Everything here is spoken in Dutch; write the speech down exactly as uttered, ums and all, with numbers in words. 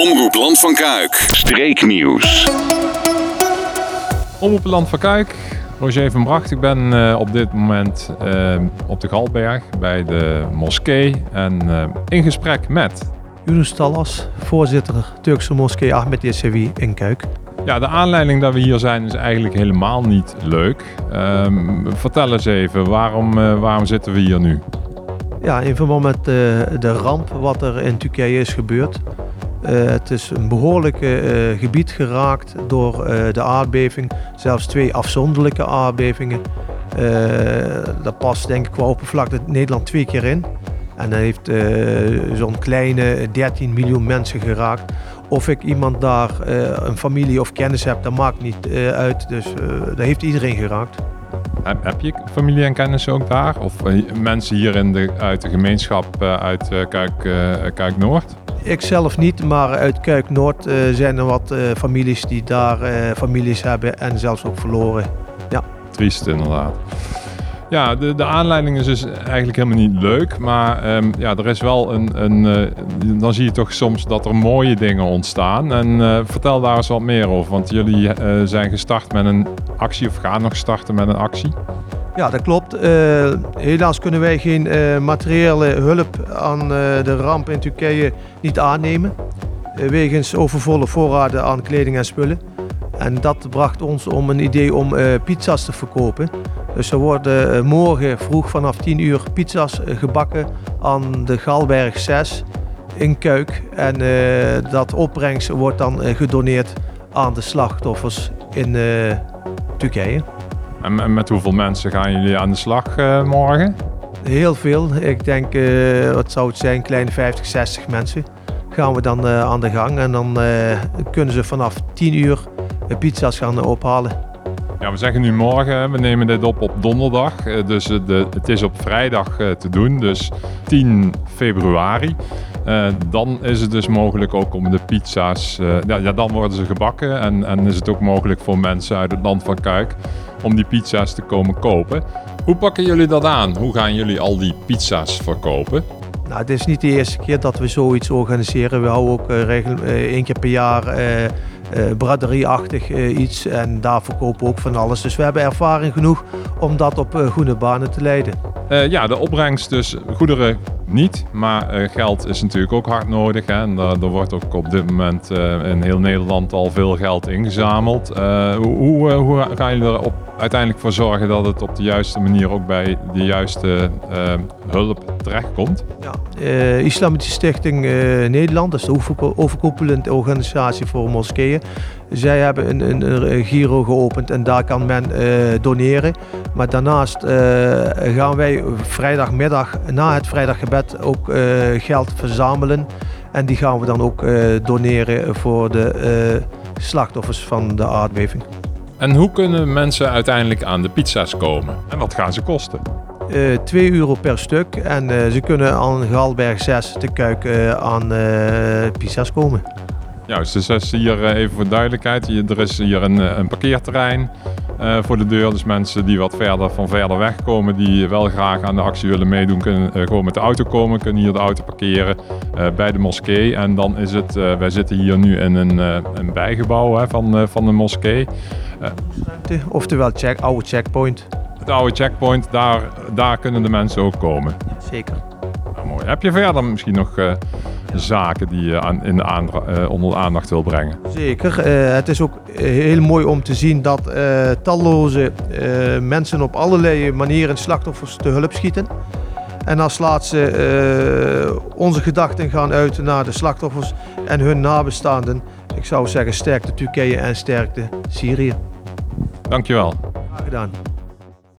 Omroep Land van Kuik. Streeknieuws. Omroep Land van Kuik, Roger van Bracht. Ik ben uh, op dit moment uh, op de Galberg bij de moskee en uh, in gesprek met... Yunus Talas, voorzitter Turkse moskee Ahmet Yesevi in Kuik. Ja, de aanleiding dat we hier zijn is eigenlijk helemaal niet leuk. Um, vertel eens even, waarom, uh, waarom zitten we hier nu? Ja, in verband met uh, de ramp wat er in Turkije is gebeurd. Uh, het is een behoorlijk uh, gebied geraakt door uh, de aardbeving. Zelfs twee afzonderlijke aardbevingen. Uh, dat past denk ik qua oppervlakte Nederland twee keer in. En dat heeft uh, zo'n kleine dertien miljoen mensen geraakt. Of ik iemand daar, uh, een familie of kennis heb, dat maakt niet uh, uit. Dus uh, dat heeft iedereen geraakt. Heb je familie en kennis ook daar? Of uh, mensen hier in de, uit de gemeenschap uh, uit uh, Kuik, uh, Kuik Noord? Ik zelf niet, maar uit Kuik Noord uh, zijn er wat uh, families die daar uh, families hebben en zelfs ook verloren. Ja. Triest inderdaad. Ja, de, de aanleiding is dus eigenlijk helemaal niet leuk, maar um, ja, er is wel een, een uh, dan zie je toch soms dat er mooie dingen ontstaan. En uh, vertel daar eens wat meer over, want jullie uh, zijn gestart met een actie of gaan nog starten met een actie. Ja, dat klopt. Uh, helaas kunnen wij geen uh, materiële hulp aan uh, de ramp in Turkije niet aannemen. Uh, wegens overvolle voorraden aan kleding en spullen. En dat bracht ons om een idee om uh, pizza's te verkopen. Dus er worden uh, morgen vroeg vanaf tien uur pizza's uh, gebakken aan de Galberg zes in Kuik. En uh, dat opbrengst wordt dan uh, gedoneerd aan de slachtoffers in uh, Turkije. En met hoeveel mensen gaan jullie aan de slag uh, morgen? Heel veel. Ik denk, uh, wat zou het zijn, kleine vijftig, zestig mensen gaan we dan uh, aan de gang. En dan uh, kunnen ze vanaf tien uur uh, pizza's gaan ophalen. Ja, we zeggen nu morgen, we nemen dit op op donderdag. Dus de, het is op vrijdag uh, te doen, dus tien februari. Uh, dan is het dus mogelijk ook om de pizza's, uh, ja, ja, dan worden ze gebakken en, en is het ook mogelijk voor mensen uit het land van Kuik om die pizza's te komen kopen. Hoe pakken jullie dat aan? Hoe gaan jullie al die pizza's verkopen? Nou, het is niet de eerste keer dat we zoiets organiseren. We houden ook uh, regel, uh, één keer per jaar uh, uh, braderieachtig uh, iets en daar verkopen we ook van alles. Dus we hebben ervaring genoeg om dat op uh, goede banen te leiden. Uh, ja, de opbrengst dus goederen niet, maar uh, geld is natuurlijk ook hard nodig. Hè? En uh, er wordt ook op dit moment uh, in heel Nederland al veel geld ingezameld. Uh, hoe, uh, hoe gaan jullie erop uiteindelijk voor zorgen dat het op de juiste manier ook bij de juiste uh, hulp terechtkomt? Ja, uh, Islamitische Stichting uh, Nederland, dat is de overkoepelende organisatie voor moskeeën. Zij hebben een, een, een giro geopend en daar kan men uh, doneren. Maar daarnaast uh, gaan wij vrijdagmiddag na het vrijdaggebed ook uh, geld verzamelen. En die gaan we dan ook uh, doneren voor de uh, slachtoffers van de aardbeving. En hoe kunnen mensen uiteindelijk aan de pizza's komen? En wat gaan ze kosten? Uh, twee euro per stuk en uh, ze kunnen aan Galberg zes te Kuik uh, aan uh, pizza's komen. Juist, dus dat is hier even voor duidelijkheid. Er is hier een, een parkeerterrein uh, voor de deur. Dus mensen die wat verder van verder weg komen, die wel graag aan de actie willen meedoen, kunnen uh, gewoon met de auto komen. Kunnen hier de auto parkeren uh, bij de moskee. En dan is het, uh, wij zitten hier nu in een, uh, een bijgebouw hè, van, uh, van de moskee. Uh, Oftewel check, oude checkpoint. Het oude checkpoint, daar, daar kunnen de mensen ook komen. Zeker. Nou, mooi. Heb je verder misschien nog uh, zaken die je aan, in de aandra- uh, onder de aandacht wil brengen? Zeker. Uh, het is ook heel mooi om te zien dat uh, talloze uh, mensen op allerlei manieren slachtoffers te hulp schieten. En als laatste uh, onze gedachten gaan uit naar de slachtoffers en hun nabestaanden. Ik zou zeggen sterkte Turkije en sterkte Syrië. Dankjewel. Graag gedaan.